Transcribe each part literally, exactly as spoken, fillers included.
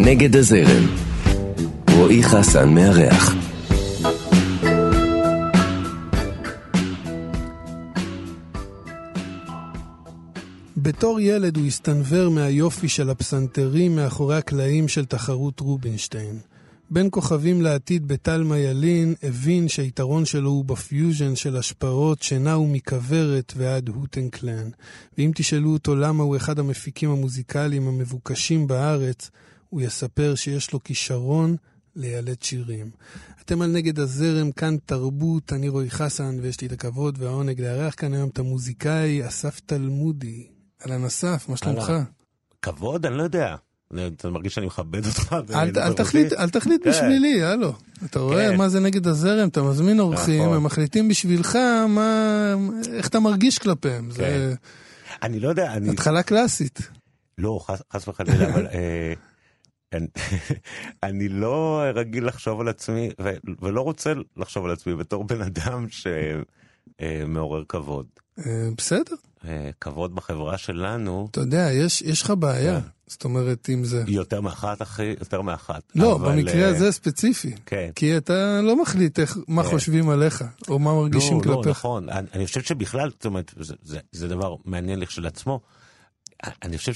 נגד הזרם. רועי חסן מארח. בתור ילד הוא הסתנבר מהיופי של הפסנתרים מאחורי הקלעים של תחרות רובינשטיין. בין כוכבים לעתיד בטלמה ילין הבין שהיתרון שלו הוא בפיוז'ן של השפעות שנעו מכוורת ועד הוטן קלן. ואם תשאלו אותו למה הוא אחד המפיקים המוזיקליים המבוקשים בארץ, הוא יספר שיש לו כישרון לילד שירים. אתם על נגד הזרם, כאן תרבות, אני רועי חסן, ויש לי את הכבוד והעונג לארח כאן היום את המוזיקאי אסף תלמודי. אהלן אסף, מה שלומך? כבוד? אני לא יודע. אתה מרגיש שאני מכבד אותך. אל תחליט בשבילי, הלו. אתה רואה מה זה נגד הזרם, אתה מזמין אורחים, הם מחליטים בשבילך איך אתה מרגיש כלפיהם. אני לא יודע. התחלה קלאסית. לא, חס וחלילה, אבל אני לא רגיל לחשוב על עצמי, ולא רוצה לחשוב על עצמי בתור בן אדם שמעורר כבוד. בסדר. כבוד בחברה שלנו. אתה יודע, יש, יש לך בעיה. זאת אומרת, אם זה... יותר מאחת, אחי, יותר מאחת. לא, במקרה הזה ספציפי. כן. כי אתה לא מחליט מה חושבים עליך, או מה מרגישים כלפיך. לא, לא, נכון. אני חושב שבכלל, זאת אומרת, זה דבר מעניין לכשלעצמו. אני חושב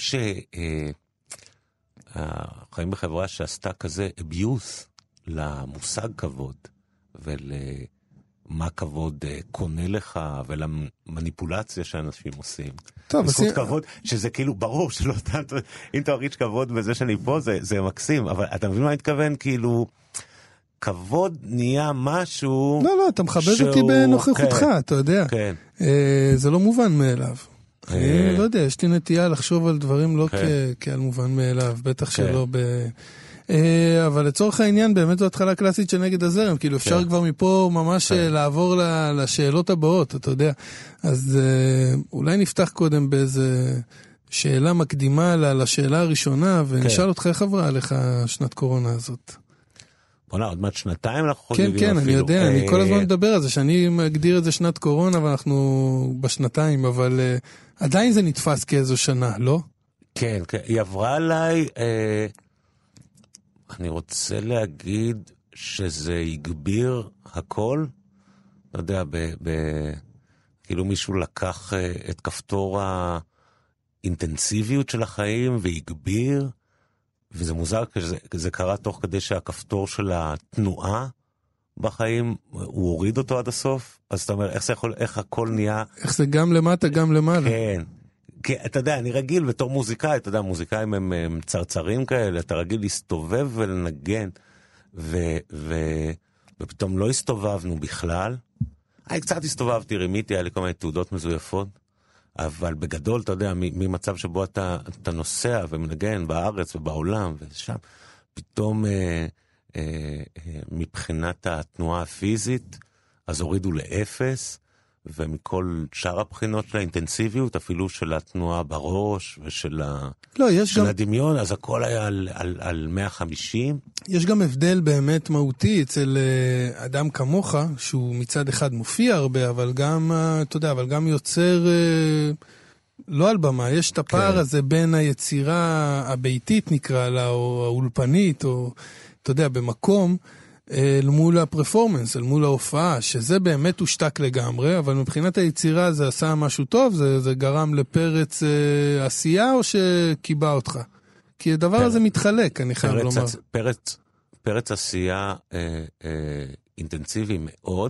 שהחיים בחברה שעשתה כזה אביוס למושג כבוד, ול... מה כבוד קונה לך, ולמניפולציה שאנשים עושים. טוב, בזכות כבוד, שזה כאילו ברור שלא, אם אתה מרגיש כבוד בזה שאני פה, זה, זה מקסים, אבל אתה מבין מה מתכוון? כאילו, כבוד נהיה משהו... לא, לא, אתה מכבד אותי בנוכחותך, אתה יודע. כן. זה לא מובן מאליו. אני לא יודע, יש לי נטייה לחשוב על דברים לא כעל מובן מאליו, בטח שלא ב... אבל לצורך העניין באמת זו התחלה קלאסית של נגד הזרם, כאילו אפשר כבר מפה ממש לעבור לשאלות הבאות, אתה יודע. אז אולי נפתח קודם באיזה שאלה מקדימה לשאלה הראשונה, ונשאל אותך איך עברה עליך שנת קורונה הזאת. בוא'נה, עוד מעט שנתיים אנחנו חושבים אפילו. כן, כן, אני יודע, אני כל הזמן מדבר על זה, שאני מגדיר את זה שנת קורונה, ואנחנו בשנתיים, אבל עדיין זה נתפס כאיזו שנה, לא? כן, היא עברה עליי... אני רוצה להגיד שזה יגביר הכל, אתה יודע, ב, ב, כאילו מישהו לקח את כפתור האינטנסיביות של החיים ויגביר, וזה מוזר, זה, זה קרה תוך כדי שהכפתור של התנועה בחיים, הוא הוריד אותו עד הסוף, אז אתה אומר, איך זה יכול, איך הכל נהיה... איך זה גם למטה, גם למעלה. כן. כי אתה יודע, אני רגיל בתור מוזיקאי, אתה יודע, מוזיקאים הם, הם צרצרים כאלה, אתה רגיל להסתובב ולנגן, ו, ו, ופתאום לא הסתובבנו בכלל. אני קצת הסתובבתי, רימיתי, היה לי כל מיני תעודות מזויפות, אבל בגדול, אתה יודע, ממצב שבו אתה, אתה נוסע ומנגן בארץ ובעולם, ושם, פתאום אה, אה, אה, מבחינת התנועה הפיזית, אז הורידו לאפס, ומכל שאר הבחינות של האינטנסיביות, אפילו של התנועה בראש ושל ה... לא, של גם... הדמיון, אז הכל היה על, על, על מאה וחמישים. יש גם הבדל באמת מהותי אצל uh, אדם כמוך, שהוא מצד אחד מופיע הרבה, אבל גם, uh, אתה יודע, אבל גם יוצר, uh, לא על במה, יש את הפער כן. הזה בין היצירה הביתית נקרא לה, או האולפנית, או אתה יודע, במקום, אל מול הפרפורמנס, אל מול ההופעה, שזה באמת הושתק לגמרי, אבל מבחינת היצירה זה עשה משהו טוב, זה, זה גרם לפרץ אה, עשייה או שקיבע אותך? כי הדבר פר... הזה מתחלק, אני חייב פרץ, לומר. פרץ, פרץ עשייה אה, אה, אינטנסיבי מאוד.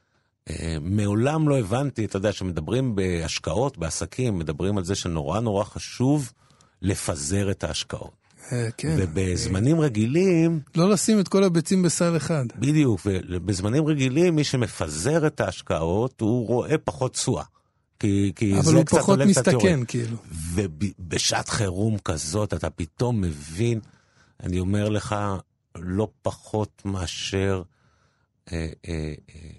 אה, מעולם לא הבנתי, אתה יודע, שמדברים בהשקעות, בעסקים, מדברים על זה שנורא נורא חשוב לפזר את ההשקעות. כן. ובזמנים רגילים... לא לשים את כל הביצים בסל אחד. בדיוק, ובזמנים רגילים מי שמפזר את ההשקעות הוא רואה פחות תשואה. כי, כי אבל הוא פחות מסתכן כאילו. ובשעת חירום כזאת אתה פתאום מבין, אני אומר לך, לא פחות מאשר אה, אה,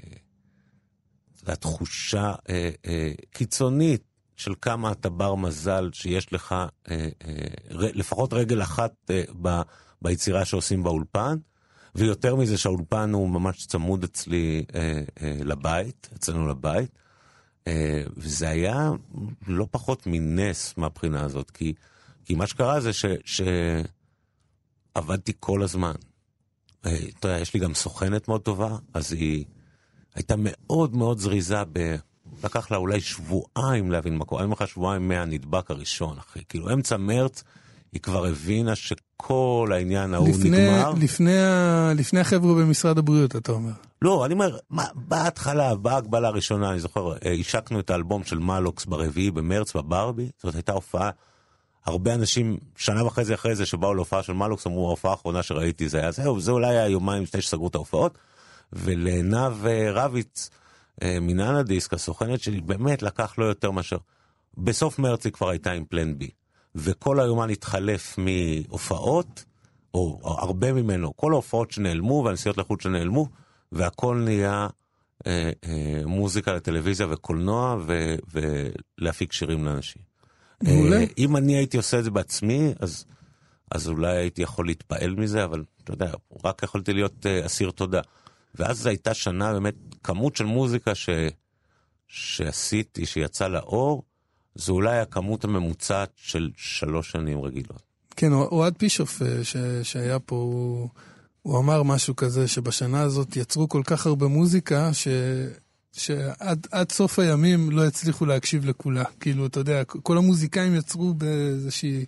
אה, התחושה אה, אה, קיצונית, של כמה אתה בר מזל שיש לך אה, אה, לפחות רגל אחת אה, ב, ביצירה שעושים באולפן, ויותר מזה שהאולפן הוא ממש צמוד אצלי אה, אה, לבית, אצלנו לבית, אה, וזה היה לא פחות מנס מהבחינה הזאת, כי, כי מה שקרה זה ש, ש, עבדתי כל הזמן. אתה יודע, יש לי גם סוכנת מאוד טובה, אז היא הייתה מאוד מאוד זריזה ב... לקח לה אולי שבועיים להבין מה קורה. אני אומר לך שבועיים מהנדבק הראשון, אחי. כאילו, אמצע מרץ, היא כבר הבינה שכל העניין ההוא לפני, נגמר. לפני, לפני החבר'ה במשרד הבריאות, אתה אומר. לא, אני אומר, מה, בהתחלה, בהגבלה הראשונה, אני זוכר, השקנו את האלבום של מלוקס ברביעי במרץ בברבי, זאת הייתה הופעה, הרבה אנשים, שנה וחצי זה אחרי זה, שבאו להופעה של מלוקס, אמרו, ההופעה האחרונה שראיתי זה היה זהו, זה אולי היה יומיים לפני שסגרו את ההופעות, ולעיניו רביץ, מנהל הדיסק, הסוכנת שלי, באמת לקח לו יותר מאשר, בסוף מרץ היא כבר הייתה עם פלן בי, וכל היומן התחלף מהופעות, או, או הרבה ממנו, כל ההופעות שנעלמו, והנסיעות לחוץ שנעלמו, והכל נהיה אה, אה, מוזיקה לטלוויזיה וקולנוע, ו, ולהפיק שירים לאנשים. אה, אם אני הייתי עושה את זה בעצמי, אז, אז אולי הייתי יכול להתפעל מזה, אבל אתה יודע, רק יכולתי להיות אה, אסיר תודה. ואז זו הייתה שנה באמת, כמות של מוזיקה ש, שעשיתי, שיצא לאור, זו אולי הכמות הממוצעת של שלוש שנים רגילות. כן, אוהד פישוף ש, שהיה פה, הוא, הוא אמר משהו כזה, שבשנה הזאת יצרו כל כך הרבה מוזיקה, ש, שעד עד סוף הימים לא הצליחו להקשיב לכולה. כאילו, אתה יודע, כל המוזיקאים יצרו באיזושהי...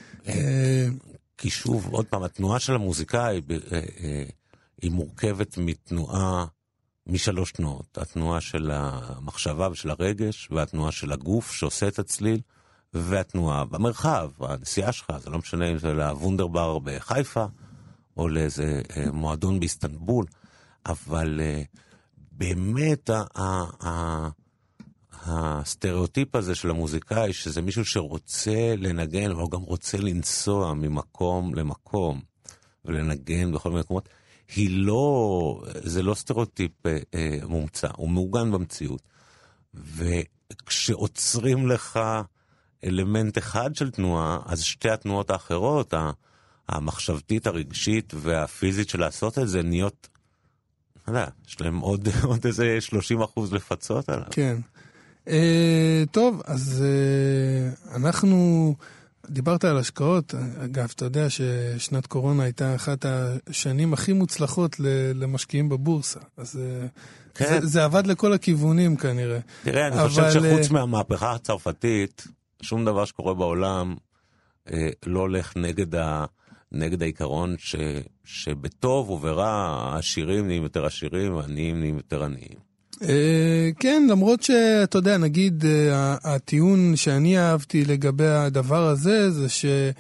כי שוב, עוד פעם, התנועה של המוזיקאי היא מורכבת מתנועה, משלוש תנועות. התנועה של המחשבה ושל הרגש, והתנועה של הגוף שעושה את הצליל, והתנועה במרחב, הנסיעה שלך, זה לא משנה אם זה לוונדרבר בחיפה, או לאיזה מועדון באיסטנבול, אבל באמת הסטריאוטיפ הזה של המוזיקאי, שזה מישהו שרוצה לנגן, אבל הוא גם רוצה לנסוע ממקום למקום, ולנגן בכל מיני מקומות, היא לא, זה לא סטריאוטיפ אה, אה, מומצא, הוא מעוגן במציאות. וכשעוצרים לך אלמנט אחד של תנועה, אז שתי התנועות האחרות, המחשבתית, הרגשית והפיזית של לעשות את זה, נהיות, לא יודע, יש להם עוד, עוד איזה שלושים אחוז לפצות עליו. כן. אה, טוב, אז אה, אנחנו... דיברת על השקעות, אגב, אתה יודע ששנת קורונה הייתה אחת השנים הכי מוצלחות למשקיעים בבורסה, אז כן. זה, זה עבד לכל הכיוונים כנראה. תראה, אני אבל... חושב שחוץ מהמהפכה הצרפתית, שום דבר שקורה בעולם אה, לא הולך נגד, ה, נגד העיקרון ש, שבטוב וברע העשירים נהיים יותר עשירים, העניים נהיים יותר עניים. כן, למרות שאתה יודע, נגיד, הטיעון שאני אהבתי לגבי הדבר הזה, זה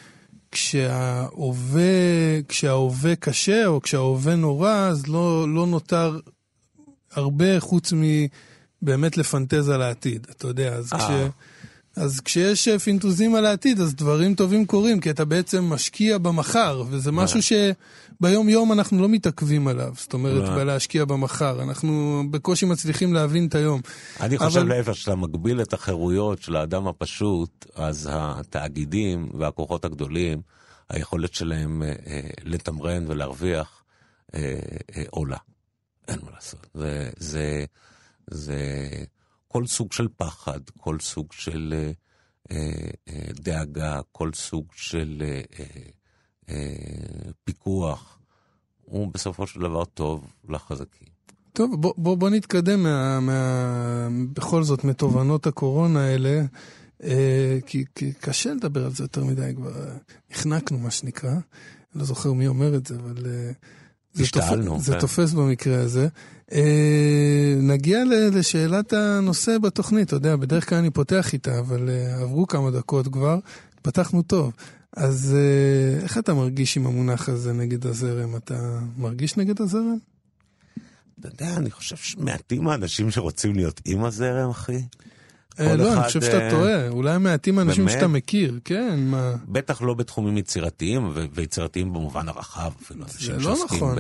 שכשההווה, כשההווה קשה, או כשההווה נורא, אז לא, לא נותר הרבה חוץ מבאמת לפנטז על העתיד, אתה יודע, אז כש... אז כשיש פינטוזים על העתיד, אז דברים טובים קורים, כי אתה בעצם משקיע במחר, וזה משהו שביום יום אנחנו לא מתעכבים עליו, זאת אומרת, בלהשקיע במחר, אנחנו בקושי מצליחים להבין את היום. אני חושב להפך, שאתה מגביל את החירויות של האדם הפשוט, אז התאגידים והכוחות הגדולים, היכולת שלהם לתמרן ולהרוויח עולה. אין מה לעשות. זה... זה... זה... כל סוג של פחד, כל סוג של אה, אה, דאגה, כל סוג של אה, אה, פיקוח, הוא בסופו של דבר טוב לחזקים. טוב, בוא, בוא, בוא נתקדם מה, מה, בכל זאת מתובנות הקורונה האלה, אה, כי, כי קשה לדבר על זה יותר מדי, כבר הכנקנו מה שנקרא, אני לא זוכר מי אומר את זה, אבל... אה, זה, תופ... זה תופס במקרה הזה. אה, נגיע לשאלת הנושא בתוכנית, אתה יודע, בדרך כלל אני פותח איתה, אבל אה, עברו כמה דקות כבר, פתחנו טוב. אז אה, איך אתה מרגיש עם המונח הזה נגד הזרם? אתה מרגיש נגד הזרם? אתה יודע, אני חושב שמעטים האנשים שרוצים להיות עם הזרם, אחי. לא, אני חושב שאתה טועה, אולי מעטים האנשים שאתה מכיר, כן, מה... בטח לא בתחומים יצירתיים, ויצירתיים במובן הרחב, אפילו. זה לא נכון.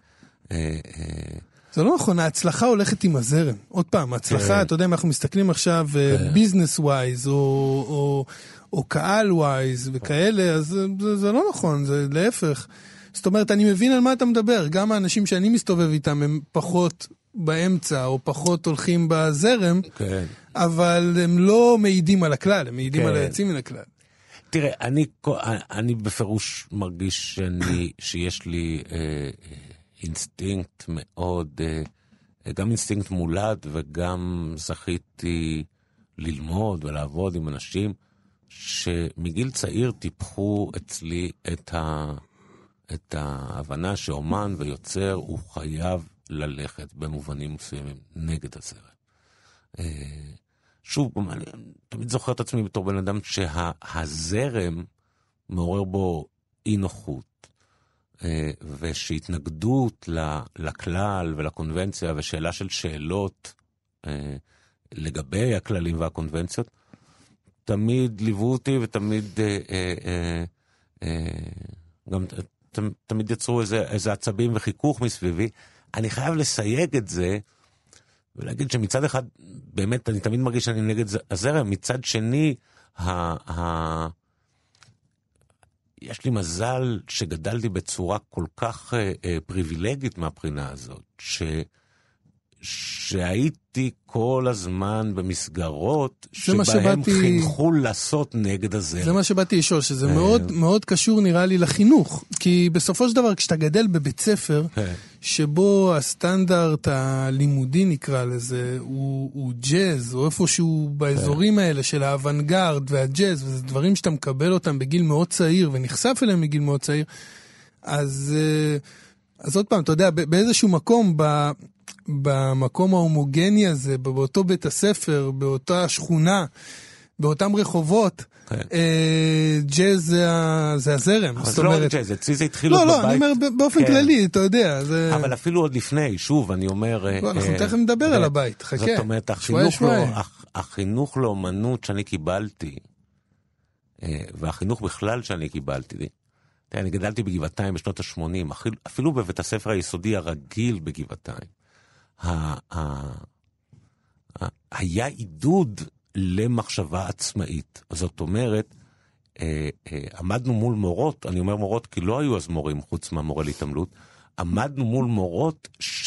זה לא נכון, ההצלחה הולכת עם הזרם. עוד פעם, ההצלחה, אתה יודע, אם אנחנו מסתכלים עכשיו ביזנס ווייז, או קהל ווייז, וכאלה, אז זה לא נכון, זה להפך. זאת אומרת, אני מבין על מה אתה מדבר, גם האנשים שאני מסתובב איתם, הם פחות... באמצע, או פחות הולכים בזרם, כן. אבל הם לא מעידים על הכלל, הם מעידים כן. על היצאים מן הכלל. תראה, אני, אני בפירוש מרגיש שאני, שיש לי אה, אינסטינקט מאוד, אה, גם אינסטינקט מולד, וגם זכיתי ללמוד ולעבוד עם אנשים שמגיל צעיר טיפחו אצלי את, ה, את ההבנה שאומן ויוצר הוא חייב ללכת במובנים מסוימים נגד הזרם. אה, שוב, אני תמיד זוכר את עצמי בתור בן אדם שהזרם מעורר בו אי נוחות, ושהתנגדות לכלל ולקונבנציה ושאלה של שאלות לגבי הכללים והקונבנציות, תמיד ליוו אותי ותמיד גם תמיד יצרו איזה, איזה עצבים וחיכוך מסביבי. אני חייב לסייג את זה, ולהגיד שמצד אחד, באמת, אני תמיד מרגיש שאני נגד הזרם, מצד שני, ה, ה, יש לי מזל שגדלתי בצורה כל כך אה, אה, פריבילגית מהבחינה הזאת, ש, שהייתי כל הזמן במסגרות שבהם שבאתי... חינכו לעשות נגד הזרם. זה מה שבאתי לשאול, שזה מאוד, מאוד קשור נראה לי לחינוך, כי בסופו של דבר כשאתה גדל בבית ספר, שבו הסטנדרט הלימודי נקרא לזה, הוא, הוא ג'אז, או איפשהו באזורים האלה של האוונגרד והג'אז, וזה דברים שאתה מקבל אותם בגיל מאוד צעיר, ונחשף אליהם בגיל מאוד צעיר, אז, אז עוד פעם, אתה יודע, באיזשהו מקום, ב... במקום ההומוגני הזה, באותו בית הספר, באותה שכונה, באותם רחובות, ג'אז זה הזרם. אבל זה לא ג'אז, אצלי זה התחיל עוד בבית. לא, לא, אני אומר באופן כללי, אתה יודע. אבל אפילו עוד לפני, שוב, אני אומר... אנחנו תכף נדבר על הבית, חכה. זאת אומרת, החינוך לאומנות שאני קיבלתי, והחינוך בכלל שאני קיבלתי, אני גדלתי בגבעתיים בשנות ה-שמונים, אפילו בבית הספר היסודי הרגיל בגבעתיים, היה עידוד למחשבה עצמאית. זאת אומרת, עמדנו מול מורות, אני אומר מורות כי לא היו אז מורים חוץ מהמורה להתעמלות, עמדנו מול מורות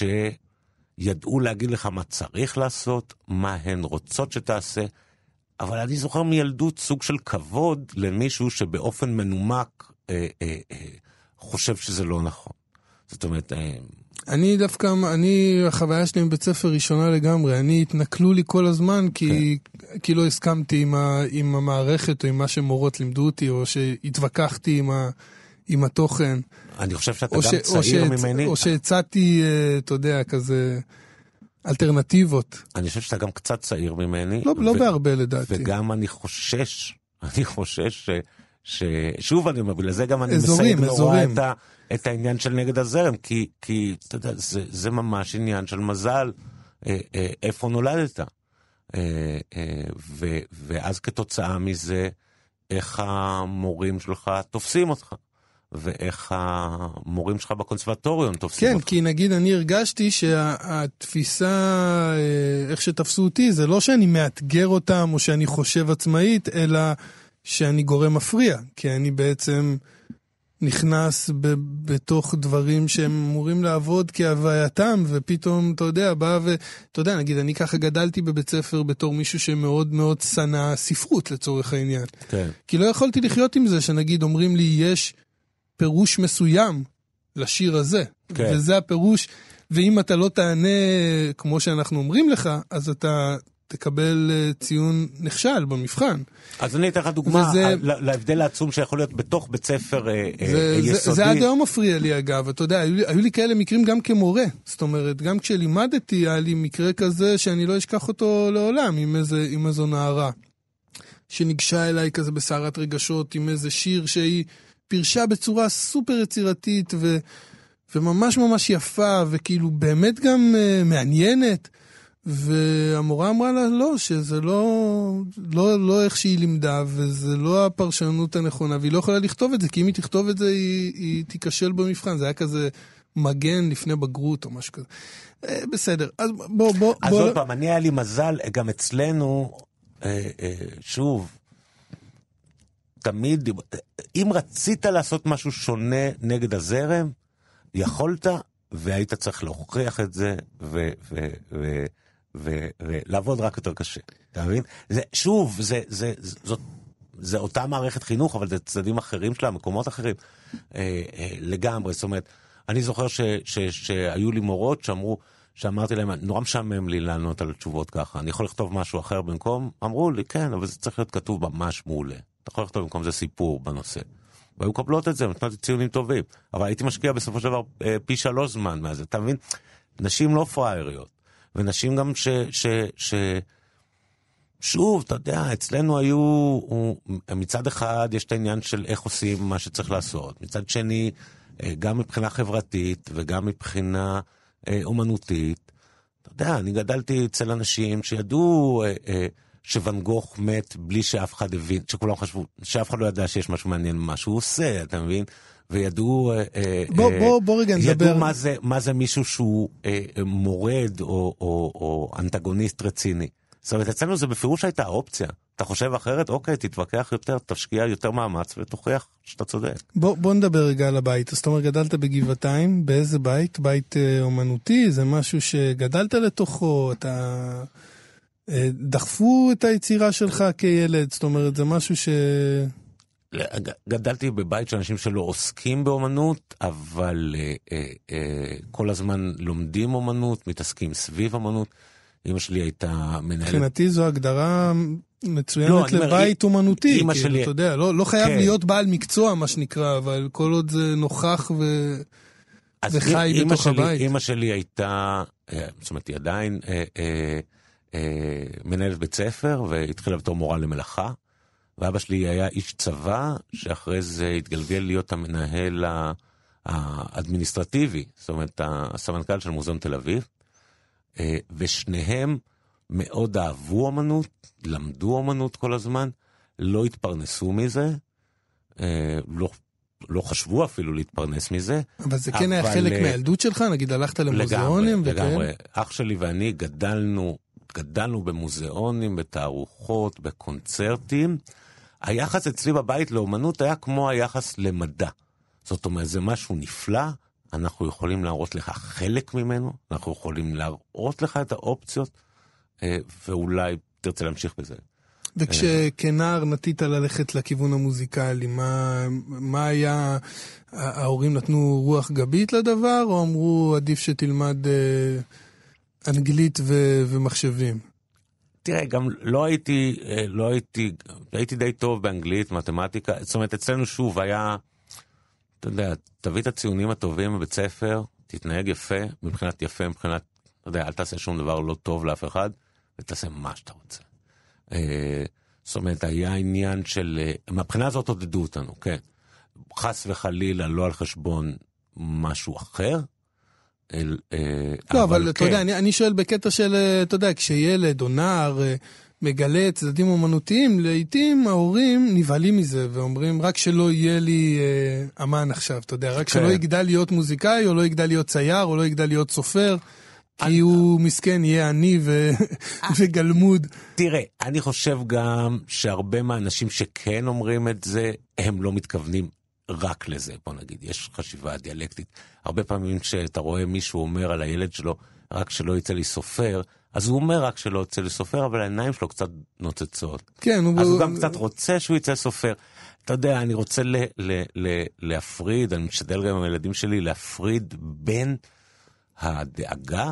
שידעו להגיד לך מה צריך לעשות, מה הן רוצות שתעשה, אבל אני זוכר מילדות סוג של כבוד למישהו שבאופן מנומק אה, אה, אה, חושב שזה לא נכון. זאת אומרת... אה, אני דווקא, אני, החוויה שלי עם בית ספר ראשונה לגמרי, אני התנכלו לי כל הזמן, כי, כן. כי לא הסכמתי עם, ה, עם המערכת, או עם מה שמורות לימדו אותי, או שהתווכחתי עם, ה, עם התוכן. אני חושב שאתה גם ש, צעיר או שהצ, ממני. או שהצעתי, אתה יודע, כזה אלטרנטיבות. אני חושב שאתה גם קצת צעיר ממני. לא, ו, לא בהרבה לדעתי. וגם אני חושש, אני חושש ש... ששוב אני אומר, לזה גם אני אזורים, מסייג אזורים. נורא את, ה, את העניין של נגד הזרם, כי, כי אתה יודע, זה, זה ממש עניין של מזל, אה, אה, איפה נולדת. אה, אה, ו, ואז כתוצאה מזה, איך המורים שלך תופסים אותך, ואיך המורים שלך בקונסרבטוריון תופסים כן, אותך. כן, כי נגיד אני הרגשתי שהתפיסה, איך שתפסו אותי, זה לא שאני מאתגר אותם, או שאני חושב עצמאית, אלא... שאני גורם מפריע, כי אני בעצם נכנס ב- בתוך דברים שהם אמורים לעבוד כהווייתם, ופתאום, אתה יודע, בא ו... אתה יודע, נגיד, אני ככה גדלתי בבית ספר בתור מישהו שמאוד מאוד שנא ספרות לצורך העניין. כן. כי לא יכולתי לחיות עם זה, שנגיד, אומרים לי, יש פירוש מסוים לשיר הזה. כן. וזה הפירוש, ואם אתה לא תענה כמו שאנחנו אומרים לך, אז אתה... תקבל ציון נכשל במבחן. אז אני אתן לך דוגמה וזה, להבדל העצום שיכול להיות בתוך בית ספר זה, יסודי. זה, זה עד היום מפריע לי אגב, אתה יודע, היו לי, היו לי כאלה מקרים גם כמורה, זאת אומרת, גם כשלימדתי היה לי מקרה כזה שאני לא אשכח אותו לעולם עם, איזה, עם איזו נערה, שניגשה אליי כזה בסערת רגשות עם איזה שיר שהיא פרשה בצורה סופר יצירתית ו, וממש ממש יפה וכאילו באמת גם uh, מעניינת, והמורה אמרה לה, לא, שזה לא, לא, לא איך שהיא לימדה, וזה לא הפרשנות הנכונה, והיא לא יכולה לכתוב את זה, כי אם היא תכתוב את זה, היא, היא תיכשל במבחן. זה היה כזה מגן לפני בגרות או משהו כזה. אה, בסדר, אז בוא, בוא, אז בוא... עוד פעם, אני היה לי מזל, גם אצלנו, אה, אה, שוב, תמיד, אם רצית לעשות משהו שונה נגד הזרם, יכולת, והיית צריך להוכיח את זה, ו... ו, ו ולעבוד רק יותר קשה, אתה מבין? זה, שוב, זה, זה, זאת זה אותה מערכת חינוך, אבל זה צדדים אחרים שלה, מקומות אחרים. אה, אה, לגמרי, זאת אומרת, אני זוכר ש, ש, שהיו לי מורות שאמרו, שאמרתי להם, נורא משעמם לי לענות על תשובות ככה, אני יכול לכתוב משהו אחר במקום? אמרו לי, כן, אבל זה צריך להיות כתוב ממש מעולה. אתה יכול לכתוב במקום זה סיפור בנושא. והיו קבלות את זה, נתנו ציונים טובים. אבל הייתי משקיע בסופו של דבר פי שלוש זמן מהזה. אתה מבין? נשים לא פראייריות. ונשים גם ש... ש, ש שוב, אתה יודע, אצלנו היו, מצד אחד יש את העניין של איך עושים מה שצריך לעשות. מצד שני, גם מבחינה חברתית וגם מבחינה אומנותית. אתה יודע, אני גדלתי אצל אנשים שידעו שוואן גוך מת בלי שאף אחד הבין, שכולם חשבו, שאף אחד לא ידע שיש משהו מעניין במה שהוא עושה, אתה מבין? וידעו, בוא, בוא, בוא רגע נדבר. ידעו מה זה, מה זה מישהו שהוא מורד או, או, או אנטגוניסט רציני. זאת אומרת, אצלנו זה בפירוש הייתה אופציה. אתה חושב אחרת, אוקיי, תתווכח יותר, תשקיע יותר מאמץ ותוכיח שאתה צודק. בוא, בוא נדבר רגע על הבית. זאת אומרת, גדלת בגבעתיים, באיזה בית? בית אה, אומנותי? זה משהו שגדלת לתוכו? אתה... אה, דחפו את היצירה שלך כילד? זאת אומרת, זה משהו ש... גדלתי בבית של אנשים שלא עוסקים באומנות, אבל אה, אה, אה, כל הזמן לומדים אומנות, מתעסקים סביב אומנות. אמא שלי הייתה מנהלת... מבחינתי זו הגדרה מצוינת לבית אומנותי, כאילו, אתה יודע, לא חייב להיות בעל מקצוע, מה שנקרא, אבל כל עוד זה נוכח וחי בתוך הבית. אמא שלי הייתה, זאת אומרת, היא עדיין מנהלת בית ספר, והתחילה בתור מורה למלאכה, ואבא שלי היה איש צבא, שאחרי זה התגלגל להיות המנהל האדמיניסטרטיבי, זאת אומרת, הסמנכ"ל של מוזיאון תל אביב, ושניהם מאוד אהבו אומנות, למדו אומנות כל הזמן, לא התפרנסו מזה, לא, לא חשבו אפילו להתפרנס מזה. אבל זה כן היה חלק מהילדות שלך? נגיד הלכת למוזיאונים? לגמרי, לגמרי. אח שלי ואני גדלנו, גדלנו במוזיאונים, בתערוכות, בקונצרטים. היחס אצלי בבית לאומנות היה כמו היחס למדע. זאת אומרת, זה משהו נפלא, אנחנו יכולים להראות לך חלק ממנו, אנחנו יכולים להראות לך את האופציות, ואולי תרצה להמשיך בזה. וכשכנער נטית ללכת לכיוון המוזיקלי, מה, מה היה, ההורים נתנו רוח גבית לדבר, או אמרו עדיף שתלמד אה, אנגלית ו, ומחשבים? תראה, גם לא הייתי, לא הייתי, הייתי די טוב באנגלית, מתמטיקה, זאת אומרת, אצלנו שוב היה... אתה יודע, תביא את הציונים הטובים בבית ספר, תתנהג יפה, מבחינת יפה, מבחינת, אתה יודע, אל תעשה שום דבר לא טוב לאף אחד, ותעשה מה שאתה רוצה. זאת אומרת, היה עניין של, מבחינה הזאת עודדו אותנו, כן. חס וחלילה, לא על חשבון משהו אחר. לא, אבל אתה יודע, אני שואל בקטע של, אתה יודע, כשילד או נער מגלה צדדים אומנותיים, לעתים ההורים נבהלים מזה, ואומרים, רק שלא יהיה לי אה, אמן עכשיו, אתה יודע, רק שלא יגדל להיות מוזיקאי, או לא יגדל להיות צייר, או לא יגדל להיות סופר, כי הוא מסכן, יהיה עני ו... וגלמוד. תראה, אני חושב גם שהרבה מהאנשים שכן אומרים את זה, הם לא מתכוונים רק לזה, בוא נגיד, יש חשיבה דיאלקטית. הרבה פעמים שאתה רואה מישהו אומר על הילד שלו, רק שלא יצא לי סופר, אז הוא אומר רק שלא יצא לסופר, אבל העיניים שלו קצת נוצצות. כן, הוא... אז הוא גם קצת רוצה שהוא יצא סופר. אתה יודע, אני רוצה ל- ל- ל- להפריד, אני משתדל גם עם הילדים שלי, להפריד בין הדאגה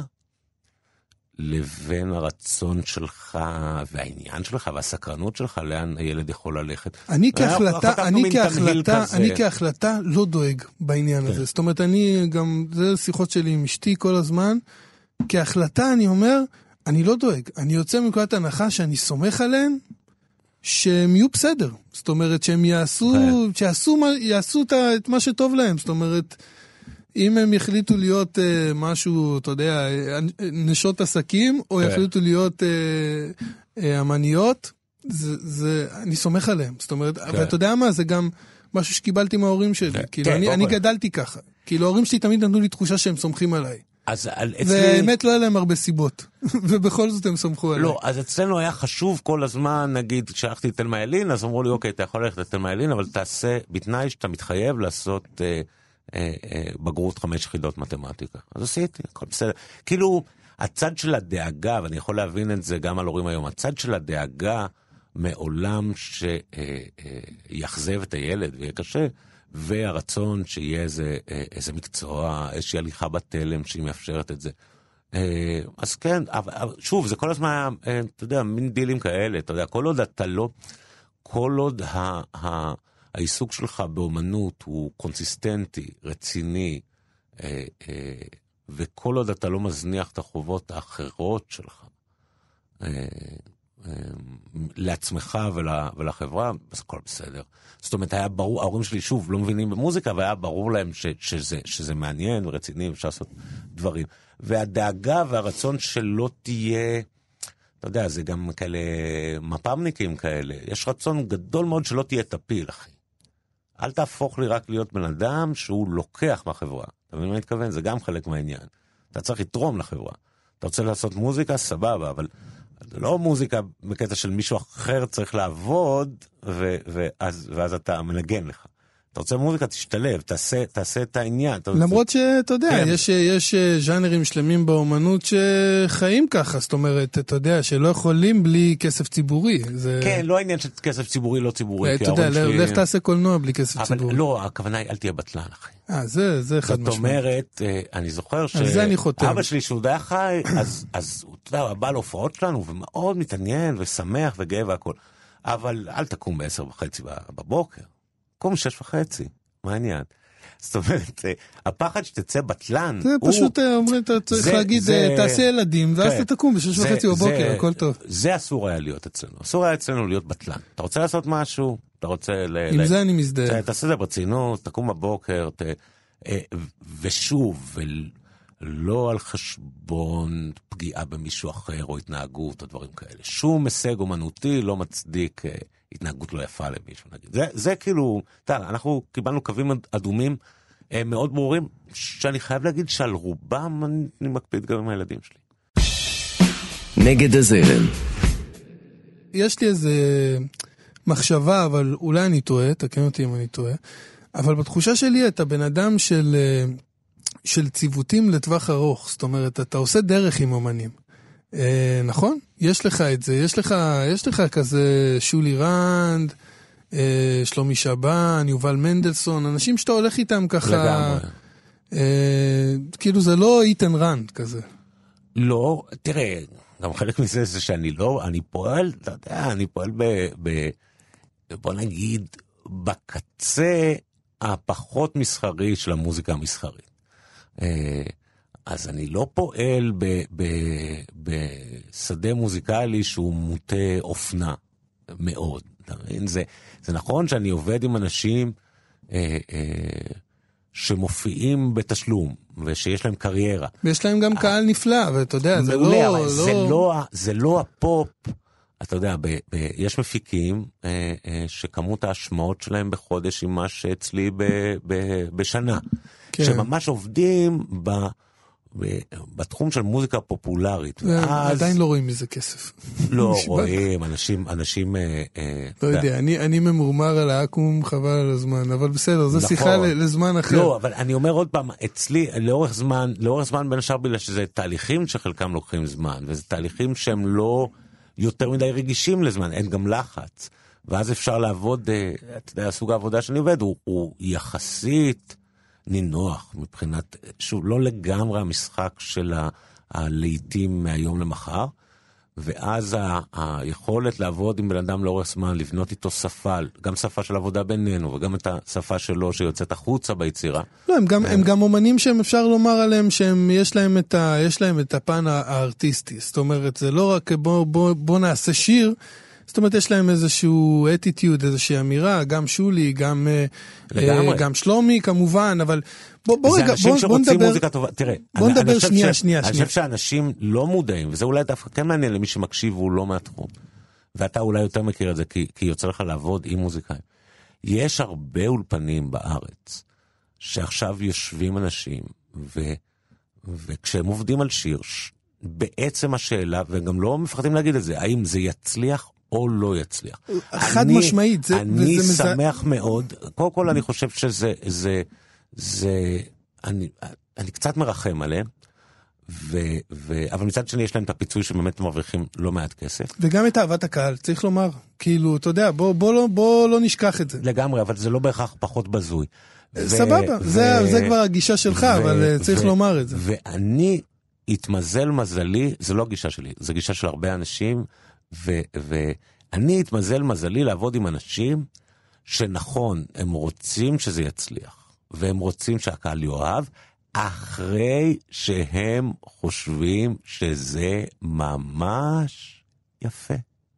לבין הרצון שלך והעניין שלך והסקרנות שלך, לאן הילד יכול ללכת. אני כהחלטה, אני כהחלטה, אני כהחלטה לא דואג בעניין הזה. זאת אומרת, אני גם, זה שיחות שלי עם אשתי כל הזמן, כהחלטה אני אומר, אני לא דואג. אני יוצא מנקודת הנחה שאני סומך עליהם, שהם יהיו בסדר. זאת אומרת, שהם יעשו, שיעשו יעשו את מה שטוב להם. זאת אומרת, אם הם יחליטו להיות uh, משהו, אתה יודע, נשות עסקים, או יחליטו להיות uh, uh, אמניות, זה, זה, אני סומך עליהם. זאת אומרת, אבל אתה יודע מה, זה גם משהו שקיבלתי מההורים שלי. כאילו, אני, אני גדלתי ככה. כאילו, ההורים שלי תמיד נתנו לי תחושה שהם סומכים עליי. אז אצלי... והאמת לא היה להם הרבה סיבות, ובכל זאת הם סמכו עליי. לא, אז אצלנו היה חשוב כל הזמן, נגיד, כשהלכתי לתלמה ילין, אז אמרו לי, אוקיי, אתה יכול ללכת לתלמה ילין, אבל תעשה, בתנאי שאתה מתחייב לעשות אה, אה, אה, בגרות חמש יחידות מתמטיקה. אז עשיתי, הכל בסדר. כאילו, הצד של הדאגה, ואני יכול להבין את זה גם על הורים היום, הצד של הדאגה מעולם שיחזב את הילד ויהיה קשה, והרצון שיהיה איזה, איזה מקצוע, איזושהי הליכה בתלם שהיא מאפשרת את זה. אז כן, שוב, זה כל הזמן, אתה יודע, מין דילים כאלה, אתה יודע, כל עוד אתה לא, כל עוד ה, ה, העיסוק שלך באומנות הוא קונסיסטנטי, רציני, וכל עוד אתה לא מזניח את החובות האחרות שלך, לעצמך ולחברה, אז הכל בסדר. זאת אומרת, היה ברור, ההורים שלי שוב לא מבינים במוזיקה, והיה ברור להם ש, שזה, שזה מעניין ורציני, אפשר לעשות דברים. והדאגה והרצון שלא תהיה, אתה יודע, זה גם כאלה מפמניקים כאלה, יש רצון גדול מאוד שלא תהיה תפיל, אחי. אל תהפוך לי רק להיות בן אדם שהוא לוקח מהחברה. אתה מבין מה מתכוון? זה גם חלק מהעניין. אתה צריך לתרום לחברה. אתה רוצה לעשות מוזיקה, סבבה, אבל לא מוזיקה בקטע של מישהו אחר צריך לעבוד, ו- ואז, ואז אתה מנגן לך. אתה רוצה מוזיקה, תשתלב, תעשה, תעשה את העניין. למרות שאתה יודע, כן. יש, יש ז'אנרים שלמים באומנות שחיים ככה, זאת אומרת, אתה יודע, שלא יכולים בלי כסף ציבורי. זה... כן, לא העניין של כסף ציבורי, לא ציבורי. אתה יודע, שלי... לך תעשה קולנוע בלי כסף אבל ציבורי. לא, הכוונה היא, אל תהיה בטלן, אחי. אה, זה, זה חד משמעית. זאת אומרת, אני זוכר ש... זה אני חותם. אבא שלי, שהוא די חי, אז, אז הוא, אתה יודע, בא להופעות שלנו, ומאוד מתעניין, ושמח, וגאה והכל. אבל אל תקום בעשר וחצי בבוקר. קום שש וחצי. מה העניין? זאת אומרת, הפחד שתצא בטלן... זה פשוט אומרים, אתה צריך להגיד, תעשה ילדים, ואז אתה תקום בשש וחצי בבוקר, הכל טוב. זה אסור היה להיות אצלנו. אסור היה אצלנו להיות בטלן. אתה רוצה לעשות משהו? אתה רוצה... עם זה אני מזדהה. תעשה את זה ברצינות, תקום בבוקר, ושוב, לא על חשבון פגיעה במישהו אחר, או התנהגות, או דברים כאלה. שום הישג אומנותי לא מצדיק... התנהגות לא יפה למישהו, נגיד. זה, זה כאילו, תראה, אנחנו קיבלנו קווים אדומים אה, מאוד ברורים, שאני חייב להגיד שעל רובם אני, אני מקפיד גם עם הילדים שלי. נגד הזרם. יש לי איזה מחשבה, אבל אולי אני טועה, תקן אותי אם אני טועה, אבל בתחושה שלי אתה בן אדם של, של ציוותים לטווח ארוך, זאת אומרת, אתה עושה דרך עם אומנים. אה, נכון? יש לך את זה, יש לך, יש לך כזה שולי רנד, אה, שלומי שבן, יובל מנדלסון, אנשים שאתה הולך איתם ככה, אה, כאילו זה לא איתן רנד כזה. לא, תראה, גם חלק מזה זה שאני לא, אני פועל, אתה יודע, אני פועל ב, ב, בוא נגיד, בקצה הפחות מסחרי של המוזיקה המסחרית. אה, אז אני לא פועל ב, ב, בשדה מוזיקלי שהוא מוטה אופנה מאוד. זה, זה נכון שאני עובד עם אנשים אה, אה, שמופיעים בתשלום, ושיש להם קריירה. ויש להם גם קהל נפלא, ואתה יודע, זה לא... לא... זה לא, זה לא הפופ. אתה יודע, ב, ב, יש מפיקים אה, אה, שכמות ההשמעות שלהם בחודש היא מה שאצלי ב, ב, בשנה. כן. שממש עובדים ב... בתחום של מוזיקה פופולרית. עדיין לא רואים מזה כסף. לא רואים, אנשים, אנשים... לא יודע, אני ממורמר על העקום, חבל על הזמן, אבל בסדר, זו שיחה לזמן אחר. לא, אבל אני אומר עוד פעם, אצלי, לאורך זמן, לאורך זמן בין השאר בגלל שזה תהליכים שחלקם לוקחים זמן, וזה תהליכים שהם לא יותר מדי רגישים לזמן, אין גם לחץ. ואז אפשר לעבוד, אתה יודע, הסוג העבודה שאני עובד, הוא יחסית... נינוח מבחינת, שוב, לא לגמרי המשחק של הלעיתים מהיום למחר, ואז ה- היכולת לעבוד עם בן אדם לאורך זמן, לבנות איתו שפה, גם שפה של עבודה בינינו, וגם את השפה שלו שיוצאת החוצה ביצירה. לא, הם גם, הם גם אומנים שהם אפשר לומר עליהם שהם, יש להם את ה, יש להם את הפן הארטיסטי. זאת אומרת, זה לא רק בוא, בוא, בוא נעשה שיר, זאת אומרת, יש להם איזשהו attitude, איזושהי אמירה, גם שולי, גם, גם שלומי, כמובן, אבל בוא, בוא רגע, בוא, בוא נדבר, מוזיקה טובה. תראה, בוא אני, נדבר אני שנייה, ש... שנייה, אני שנייה. חושב שאנשים לא מודעים, וזה אולי דווקא כן מעניין למי שמקשיב והוא לא מהתחום, ואתה אולי יותר מכיר את זה, כי, כי יוצא לך לעבוד עם מוזיקאים. יש הרבה אולפנים בארץ, שעכשיו יושבים אנשים, ו... וכשהם עובדים על שיר, בעצם השאלה, וגם לא מפחדים להגיד את זה, האם זה יצליח או לא יצליח. חד אני, משמעית. זה, אני וזה שמח מזה... מאוד. קודם כל אני חושב שזה, זה, זה, אני, אני קצת מרחם עליהם, ו, ו, אבל מצד שני יש להם את הפיצוי שבאמת מרוויחים לא מעט כסף. וגם את אהבת הקהל, צריך לומר. כאילו, אתה יודע, בוא, בוא, לא, בוא לא נשכח את זה. לגמרי, אבל זה לא בהכרח פחות בזוי. סבבה, ו- זה, ו- זה כבר הגישה שלך, ו- אבל צריך ו- לומר את זה. ואני התמזל מזלי, זה לא הגישה שלי, זה גישה של הרבה אנשים, ו- ואני התמזל מזלי לעבוד עם אנשים שנכון, הם רוצים שזה יצליח, והם רוצים שהקהל יאהב, אחרי שהם חושבים שזה ממש יפה.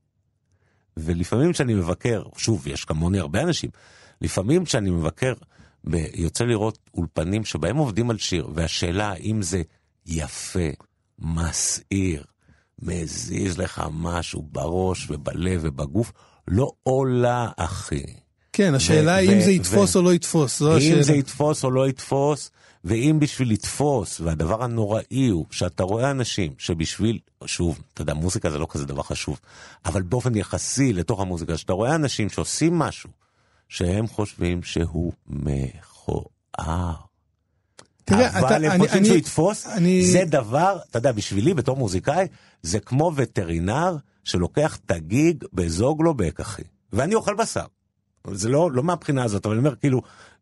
ולפעמים שאני מבקר, שוב, יש כמוני הרבה אנשים, לפעמים כשאני מבקר, יוצא לראות אולפנים שבהם עובדים על שיר, והשאלה האם זה יפה, מסעיר, מזיז לך משהו בראש ובלב ובגוף, לא עולה, אחי. כן, השאלה היא אם זה יתפוס או לא יתפוס. אם זה יתפוס או לא יתפוס, ואם בשביל לתפוס, והדבר הנוראי הוא שאתה רואה אנשים שבשביל, שוב, אתה יודע, מוזיקה זה לא כזה דבר חשוב, אבל באופן יחסי לתוך המוזיקה, שאתה רואה אנשים שעושים משהו, שהם חושבים שהוא מכוער. תראה, אבל אתה, הם חושבים אני, שהוא יתפוס, אני... זה דבר, אתה יודע, בשבילי בתור מוזיקאי, זה כמו וטרינר שלוקח תגיג בזוגלו בהקחי. ואני אוכל בשר. זה לא, לא מהבחינה הזאת, אבל אני אומר, כאילו,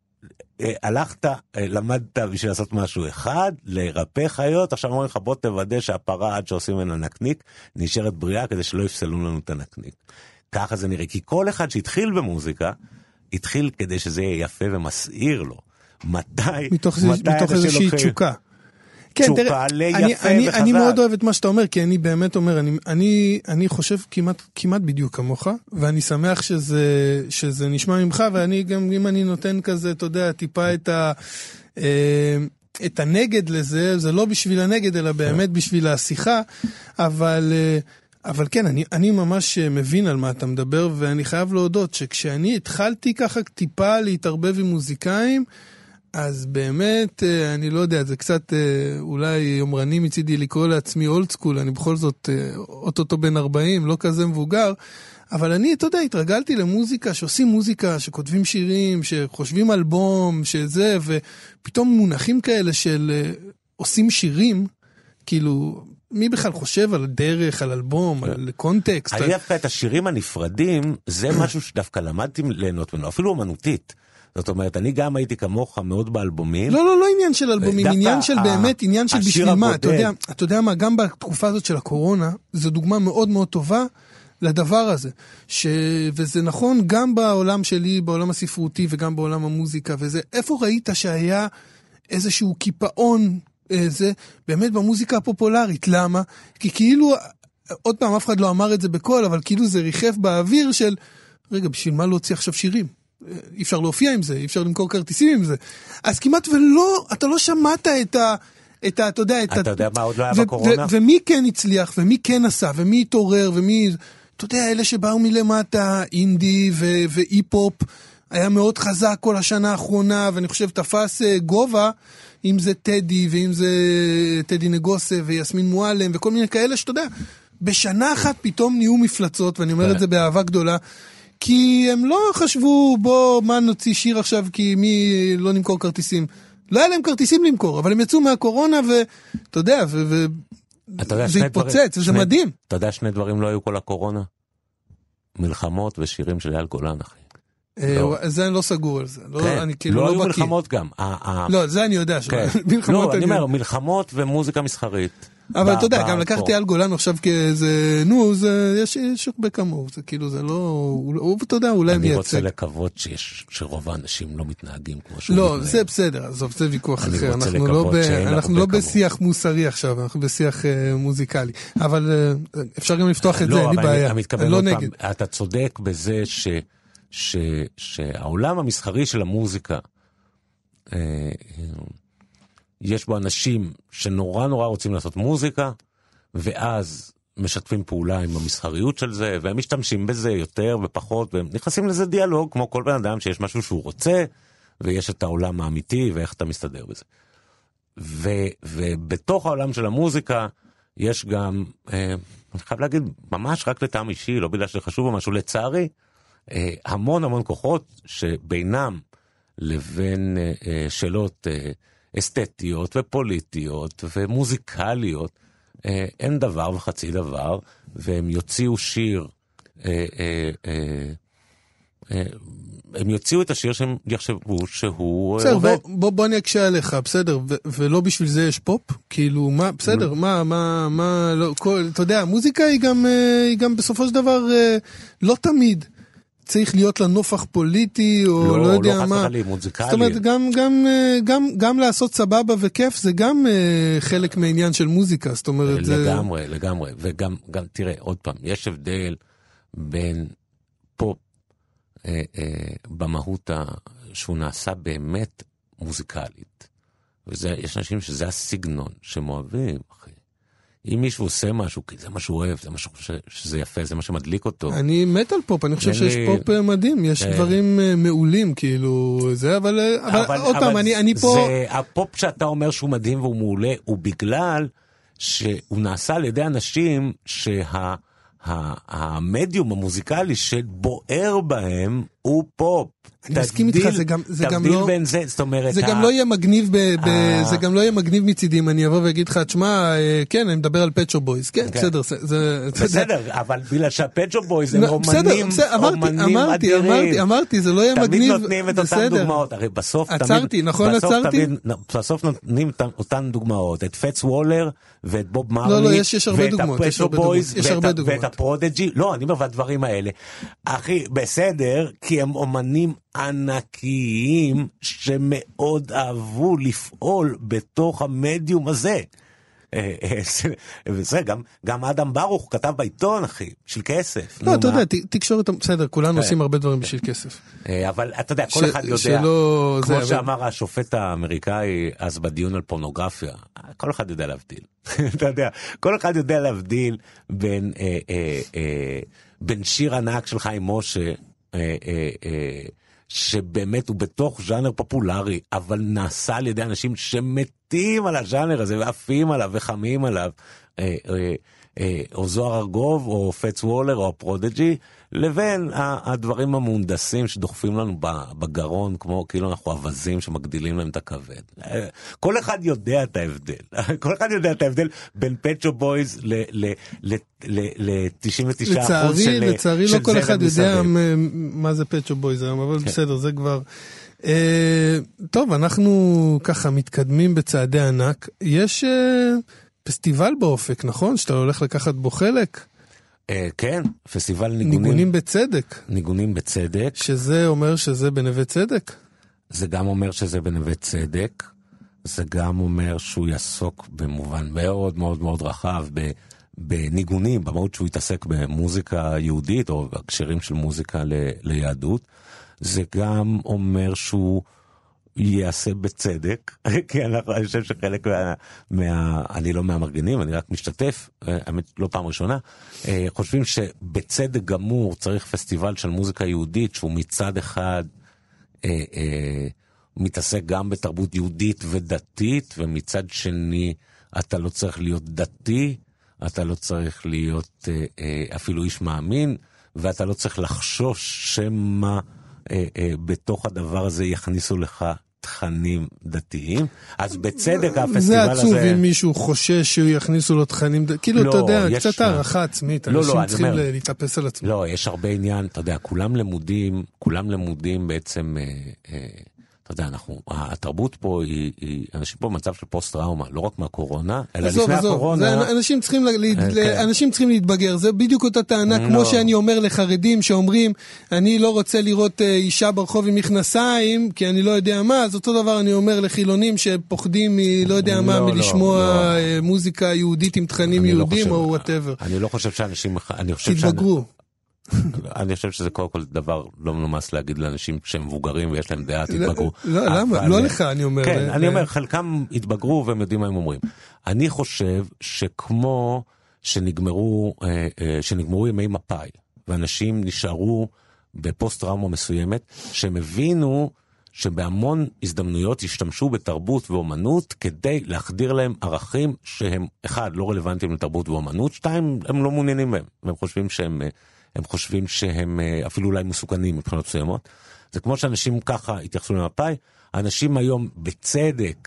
הלכת, למדת בשביל לעשות משהו אחד, לרפא חיות, עכשיו אומרים לך, בוא תוודא שהפרה עד שעושים ממנה נקניק, נשארת בריאה כדי שלא יפסלו לנו את הנקניק. ככה זה נראה, כי כל אחד שהתחיל במוזיקה, התחיל כדי שזה יהיה יפה ומסעיר לו. מתי? מתוך, זה, מתוך איזושהי תשוקה. כן, תשוקה תראה, ליפה אני, וחזק. אני מאוד אוהב את מה שאתה אומר, כי אני באמת אומר, אני, אני, אני חושב כמעט, כמעט בדיוק כמוך, ואני שמח שזה, שזה נשמע ממך, ואני גם, אם אני נותן כזה, אתה יודע, טיפה את ה... את הנגד לזה, זה לא בשביל הנגד, אלא באמת בשביל השיחה, אבל... אבל כן, אני, אני ממש מבין על מה אתה מדבר, ואני חייב להודות שכשאני התחלתי ככה טיפה להתערבב עם מוזיקאים, אז באמת, אני לא יודע, זה קצת אולי יומרני מצידי לקרוא לעצמי אולד סקול, אני בכל זאת אוטוטו בן ארבעים, לא כזה מבוגר, אבל אני, אתה יודע, התרגלתי למוזיקה, שעושים מוזיקה, שכותבים שירים, שחושבים אלבום, שזה, ופתאום מונחים כאלה של עושים שירים, כאילו... מי בכלל חושב על דרך, על אלבום, על קונטקסט? אני דווקא את השירים הנפרדים, זה משהו שדווקא למדתי ליהנות ממנו, אפילו אומנותית. זאת אומרת, אני גם הייתי כמוך מאוד באלבומים. לא, לא, לא עניין של אלבומים, עניין של באמת, עניין של בשביל מה. אתה יודע, אתה יודע מה, גם בתקופה הזאת של הקורונה, זו דוגמה מאוד מאוד טובה לדבר הזה. וזה נכון גם בעולם שלי, בעולם הספרותי וגם בעולם המוזיקה, וזה, איפה ראית שהיה איזשהו קיפאון זה באמת במוזיקה הפופולרית. למה? כי כאילו, עוד פעם אף אחד לא אמר את זה בקול, אבל כאילו זה ריחף באוויר של, רגע, בשביל מה להוציא עכשיו שירים? אי אפשר להופיע עם זה, אי אפשר למכור כרטיסים עם זה. אז כמעט ולא, אתה לא שמעת את ה... את ה, אתה יודע, אתה יודע מה עוד לא היה בקורונה? ומי כן הצליח, ומי כן עשה, ומי התעורר, ומי... אתה יודע, אלה שבאו מלמטה, אינדי ואי-פופ, היה מאוד חזק כל השנה האחרונה, ואני חושב תפס גובה, אם זה טדי, ואם זה טדי נגוסה, ויסמין מועלם, וכל מיני כאלה שאתה יודע, בשנה אחת פתאום נהיו מפלצות, ואני אומר את זה באהבה גדולה, כי הם לא חשבו, בוא, מה נוציא שיר עכשיו, כי מי לא נמכור כרטיסים. לא היה להם כרטיסים למכור, אבל הם יצאו מהקורונה, ואתה יודע, וזה התפוצץ, וזה מדהים. אתה יודע, שני דברים לא היו כל הקורונה? מלחמות ושירים של אייל גולן, אחי. זה אני לא סגור על זה. לא היו מלחמות גם. לא, זה אני יודע. לא, אני אומר, מלחמות ומוזיקה מסחרית. אבל אתה יודע, גם לקחתי אייל גולן עכשיו כאיזה, נו, יש הרבה כמוהו, זה כאילו, זה לא, הוא, אתה יודע, אולי מייצג. אני רוצה לקוות שרוב האנשים לא מתנהגים כמו שהוא מתנהג. לא, זה בסדר, עזוב, זה ויכוח אחר. אנחנו לא בשיח מוסרי עכשיו, אנחנו בשיח מוזיקלי. אבל אפשר גם לפתוח את זה, אין לי בעיה. אני לא נגד. אתה צודק בזה שהעולם המסחרי של המוזיקה, יש בו אנשים שנורא נורא רוצים לעשות מוזיקה, ואז משתפים פעולה עם המסחריות של זה, והם משתמשים בזה יותר ופחות, והם נכנסים לזה דיאלוג, כמו כל בן אדם שיש משהו שהוא רוצה, ויש את העולם האמיתי, ואיך אתה מסתדר בזה. ו, ובתוך העולם של המוזיקה, יש גם, אה, אני חייב להגיד, ממש רק לטעם אישי, לא בגלל שזה חשוב או משהו, לצערי, אה, המון המון כוחות, שבינם לבין אה, שאלות, אה, אסתטיות ופוליטיות ומוזיקליות, אה, אין דבר וחצי דבר, והם יוציאו שיר, אה, אה, אה, אה, הם יוציאו את השיר שהם יחשבו שהוא בסדר, עובד. בוא, בוא, בוא אני אקשה עליך, בסדר, ו- ולא בשביל זה יש פופ, כאילו, מה, בסדר, מה, מה, מה, לא, כל, אתה יודע, המוזיקה היא גם, היא גם בסופו של דבר, לא תמיד צריך להיות לה נופח פוליטי, או לא, לא יודע לא מה. חס וחלילה, מוזיקלי. זאת אומרת, גם, גם, גם, גם לעשות סבבה וכיף, זה גם חלק מהעניין של מוזיקה, זאת אומרת, לגמרי, זה... לגמרי, וגם, גם, תראה, עוד פעם, יש הבדל בין פופ, אה, אה, במהות ה... שהוא נעשה באמת מוזיקלית. ויש אנשים שזה הסגנון שהם אוהבים, אחי. אם מישהו עושה משהו, כי זה מה שהוא אוהב, זה מה שהוא חושב שזה יפה, זה מה שמדליק אותו. אני מת על פופ, אני חושב שיש פופ מדהים, יש דברים מעולים, כאילו, זה, אבל עוד פעם, אני פה... הפופ שאתה אומר שהוא מדהים והוא מעולה, הוא בגלל שהוא נעשה על ידי אנשים שה... המדיום המוזיקלי שבוער בהם הוא פופ. אני מסכים איתך, זה גם, זה גם לא, בין זה, זאת אומרת, זה גם לא יהיה מגניב, זה גם לא יהיה מגניב מצידים, אני אבוא ואגיד לך, תשמע, כן, אני מדבר על פצ'ו בויז, כן, בסדר, זה... בסדר, אבל בגלל שהפצ'ו בויז הם אומנים, אומנים אדירים. אמרתי, אמרתי, זה לא יהיה מגניב, תמיד נותנים את אותן דוגמאות, הרי בסוף תמיד... עצרתי, נכון עצרתי? בסוף נותנים אותן דוגמאות, את פץ וולר ואת בוב מרלי, לא, לא, יש הרבה דוגמאות, יש הרבה דוגמאות. ואת הפרודג'י, לא, אני אומר, הדברים האלה. אחי, בסדר, כי הם אומנים ענקיים שמאוד אהבו לפעול בתוך המדיום הזה. וזה, גם, גם אדם ברוך כתב בעיתון, אחי, של כסף. לא, אתה יודע, תקשורת, בסדר, כולנו עושים הרבה דברים בשביל כסף. אבל אתה יודע, כל אחד יודע, כמו שאמר השופט האמריקאי, אז בדיון על פורנוגרפיה, כל אחד יודע להבדיל. אתה יודע, כל אחד יודע להבדיל בין, בין שיר ענק של חיים משה, שבאמת הוא בתוך ז'אנר פופולרי, אבל נעשה על ידי אנשים שמתים על הז'אנר הזה, ועפים עליו וחמים עליו, או זוהר ארגוב, או פץ וולר, או הפרודג'י, לבין הדברים המונדסים שדוחפים לנו בגרון, כמו כאילו אנחנו אבזים שמגדילים להם את הכבד. כל אחד יודע את ההבדל. כל אחד יודע את ההבדל בין פצ'ו בויז ל-תשעים ותשעה אחוז של זרם מסביב. לצערי לא כל אחד יודע מה זה פצ'ו בויז היום, אבל בסדר, זה כבר... טוב, אנחנו ככה מתקדמים בצעדי ענק. יש פסטיבל באופק, נכון? שאתה הולך לקחת בו חלק? כן, פסטיבל ניגונים. ניגונים בצדק. ניגונים בצדק. שזה אומר שזה בנווה צדק? זה גם אומר שזה בנווה צדק. זה גם אומר שהוא יעסוק במובן מאוד מאוד מאוד רחב בניגונים, במהות שהוא יתעסק במוזיקה יהודית או הקשרים של מוזיקה ליהדות. זה גם אומר שהוא יעשה בצדק, כי אני חושב שחלק מה, מה, אני לא מהמרגנים, אני רק משתתף, האמת לא פעם ראשונה, חושבים שבצדק גמור צריך פסטיבל של מוזיקה יהודית, שהוא מצד אחד אה, אה, מתעסק גם בתרבות יהודית ודתית, ומצד שני אתה לא צריך להיות דתי, אתה לא צריך להיות אה, אה, אפילו איש מאמין, ואתה לא צריך לחשוש שמה אה, אה, בתוך הדבר הזה יכניסו לך תכנים דתיים, אז בצדק הפסטיבל הזה... זה עצוב אם מישהו חושש שהוא יכניסו לו תכנים, כאילו אתה יודע, קצת הערכה עצמית, אנשים צריכים להתאפס על עצמם. לא, יש הרבה עניין, אתה יודע, כולם למודים, כולם למודים בעצם... אתה יודע, אנחנו, התרבות פה היא, היא, אנשים פה במצב של פוסט-טראומה, לא רק מהקורונה, אלא עזוב, לפני עזוב. הקורונה. זה, אנשים, צריכים לה, okay. אנשים צריכים להתבגר, זה בדיוק אותה טענה, no. כמו שאני אומר לחרדים שאומרים, אני לא רוצה לראות אישה ברחוב עם מכנסיים, כי אני לא יודע מה, אז אותו דבר אני אומר לחילונים שפוחדים מ, לא יודע no, מה, מלשמוע no, no. מוזיקה יהודית עם תכנים יהודים לא או whatever. אני לא חושב שאנשים, אני חושב תתבגרו. שאני... אני חושב שזה כל כל דבר לא מנומס להגיד לאנשים שהם מבוגרים ויש להם דעה, תתבגרו. לא, למה? לא לך, אני אומר. כן, אני אומר, חלקם התבגרו והם יודעים מה הם אומרים. אני חושב שכמו שנגמרו, שנגמרו ימי מפאי, ואנשים נשארו בפוסט-טראומה מסוימת, שהם הבינו שבהמון הזדמנויות השתמשו בתרבות ואומנות כדי להחדיר להם ערכים שהם, אחד, לא רלוונטיים לתרבות ואומנות, שתיים, הם לא מעוניינים בהם, והם חושבים שהם... הם חושבים שהם אפילו אולי מסוכנים מבחינות מסוימות. זה כמו שאנשים ככה התייחסו למפאי, אנשים היום בצדק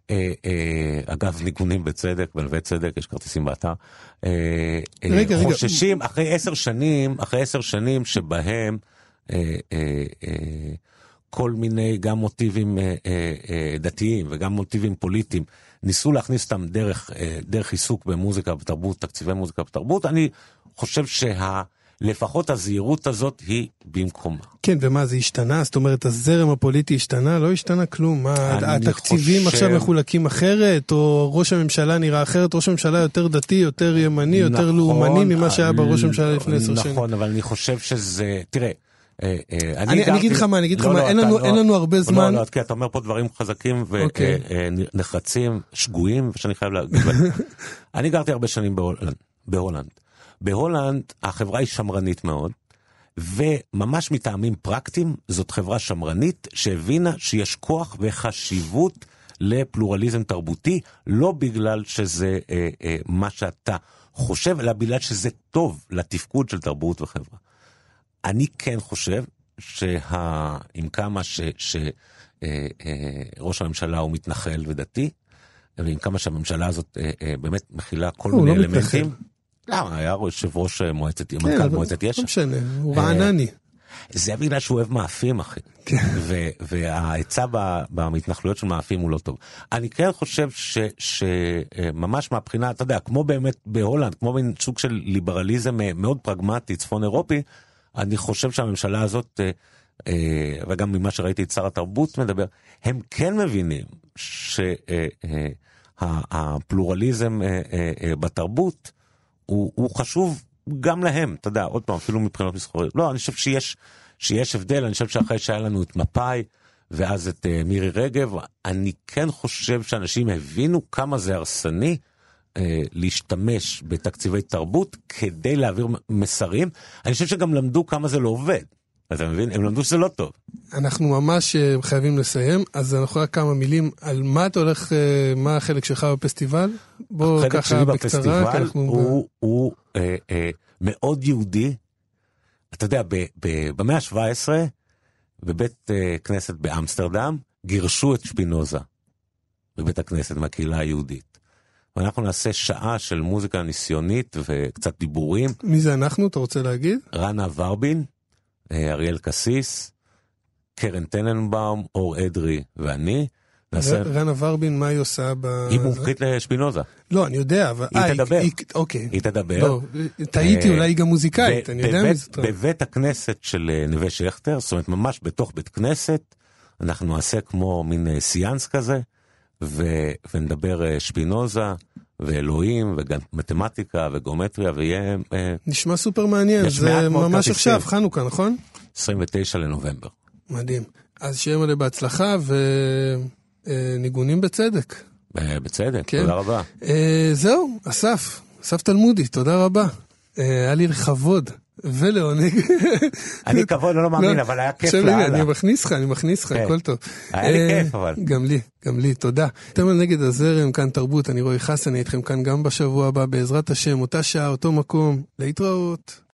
אה, אה, אגב, ניגונים בצדק, בלבי צדק, יש כרטיסים באתר. אה, רגע, אה, רגע. חוששים אחרי עשר שנים, אחרי עשר שנים שבהם אה, אה, אה, כל מיני גם מוטיבים אה, אה, אה, דתיים וגם מוטיבים פוליטיים, ניסו להכניס אותם דרך, אה, דרך עיסוק במוזיקה ותרבות, תקציבי מוזיקה ותרבות. אני חושב שה... לפחות הזהירות הזאת היא במקומה. כן, ומה, זה השתנה? זאת אומרת, הזרם הפוליטי השתנה? לא השתנה כלום. מה, התקציבים חושב... עכשיו מחולקים אחרת, או ראש הממשלה נראה אחרת, ראש הממשלה יותר דתי, יותר ימני, יותר נכון, לאומני ממה שהיה בראש הממשלה לפני עשר נכון, שנים. נכון, אבל אני חושב שזה... תראה, אני, אני, אני אגיד לך מה, אני אגיד לך מה, אין לנו, אין לנו הרבה זמן. לא, לא, כי אתה אומר פה דברים חזקים ונחרצים, שגויים, ושאני חייב להגיד. אני גרתי הרבה שנים בהולנד. בהולנד החברה היא שמרנית מאוד, וממש מטעמים פרקטיים, זאת חברה שמרנית שהבינה שיש כוח וחשיבות לפלורליזם תרבותי, לא בגלל שזה אה, אה, מה שאתה חושב, אלא בגלל שזה טוב לתפקוד של תרבות וחברה. אני כן חושב שעם כמה שראש אה, אה, הממשלה הוא מתנחל ודתי, ועם כמה שהממשלה הזאת אה, אה, באמת מכילה כל מיני לא אלמנטים, למה? היה יושב ראש מועצת, מנכ"ל מועצת יש"ע. לא משנה, הוא רענני. זה בגלל שהוא אוהב מאפים, אחי. וההיצע במתנחלויות של מאפים הוא לא טוב. אני כן חושב שממש מהבחינה, אתה יודע, כמו באמת בהולנד, כמו בין סוג של ליברליזם מאוד פרגמטי, צפון אירופי, אני חושב שהממשלה הזאת, וגם ממה שראיתי את שר התרבות מדבר, הם כן מבינים שהפלורליזם בתרבות, הוא, הוא חשוב גם להם, אתה יודע, עוד פעם, אפילו מבחינות מסחריות. לא, אני חושב שיש, שיש הבדל, אני חושב שאחרי שהיה לנו את מפאי, ואז את uh, מירי רגב, אני כן חושב שאנשים הבינו כמה זה הרסני, uh, להשתמש בתקציבי תרבות, כדי להעביר מסרים. אני חושב שגם למדו כמה זה לא עובד. אתה מבין? הם למדו שזה לא טוב. אנחנו ממש חייבים לסיים, אז אנחנו רק כמה מילים על מה אתה הולך, מה החלק שלך בפסטיבל? בוא ככה בקצרה. החלק שלי בפסטיבל הוא, הוא אה, אה, מאוד יהודי. אתה יודע, ב, ב, במאה ה-שבע עשרה, בבית אה, כנסת באמסטרדם, גירשו את שפינוזה, בבית הכנסת מהקהילה היהודית. ואנחנו נעשה שעה של מוזיקה ניסיונית וקצת דיבורים. מי זה אנחנו, אתה רוצה להגיד? רנה ורבין, אריאל קסיס, קרן טננבאום, אור אדרי ואני. רנה ורבין, מה היא עושה? היא מומחית לשפינוזה. לא, אני יודע, אבל... היא תדבר. אוקיי. היא תדבר. לא, טעיתי, אולי היא גם מוזיקאית, אני יודע מי זאת. בבית הכנסת של נווה שכתר, זאת אומרת, ממש בתוך בית כנסת, אנחנו נעשה כמו מין סיאנס כזה, ונדבר שפינוזה, ואלוהים, ומתמטיקה, וגיאומטריה, ויהיה... נשמע סופר מעניין, זה ממש עכשיו, חנוכה, נכון? עשרים ותשעה לנובמבר. מדהים. אז שיהיה מלא בהצלחה, וניגונים בצדק. בצדק, תודה רבה. זהו, אסף, אסף תלמודי, תודה רבה. היה לי לכבוד. ולעונג. אני כבוד, לא מאמין, אבל היה כיף לאללה. אני מכניס לך, אני מכניס לך, הכל טוב. היה לי כיף, אבל. גם לי, גם לי, תודה. אתם על נגד הזרם, כאן תרבות, אני רועי חסן, אני איתכם כאן גם בשבוע הבא, בעזרת השם, אותה שעה, אותו מקום, להתראות.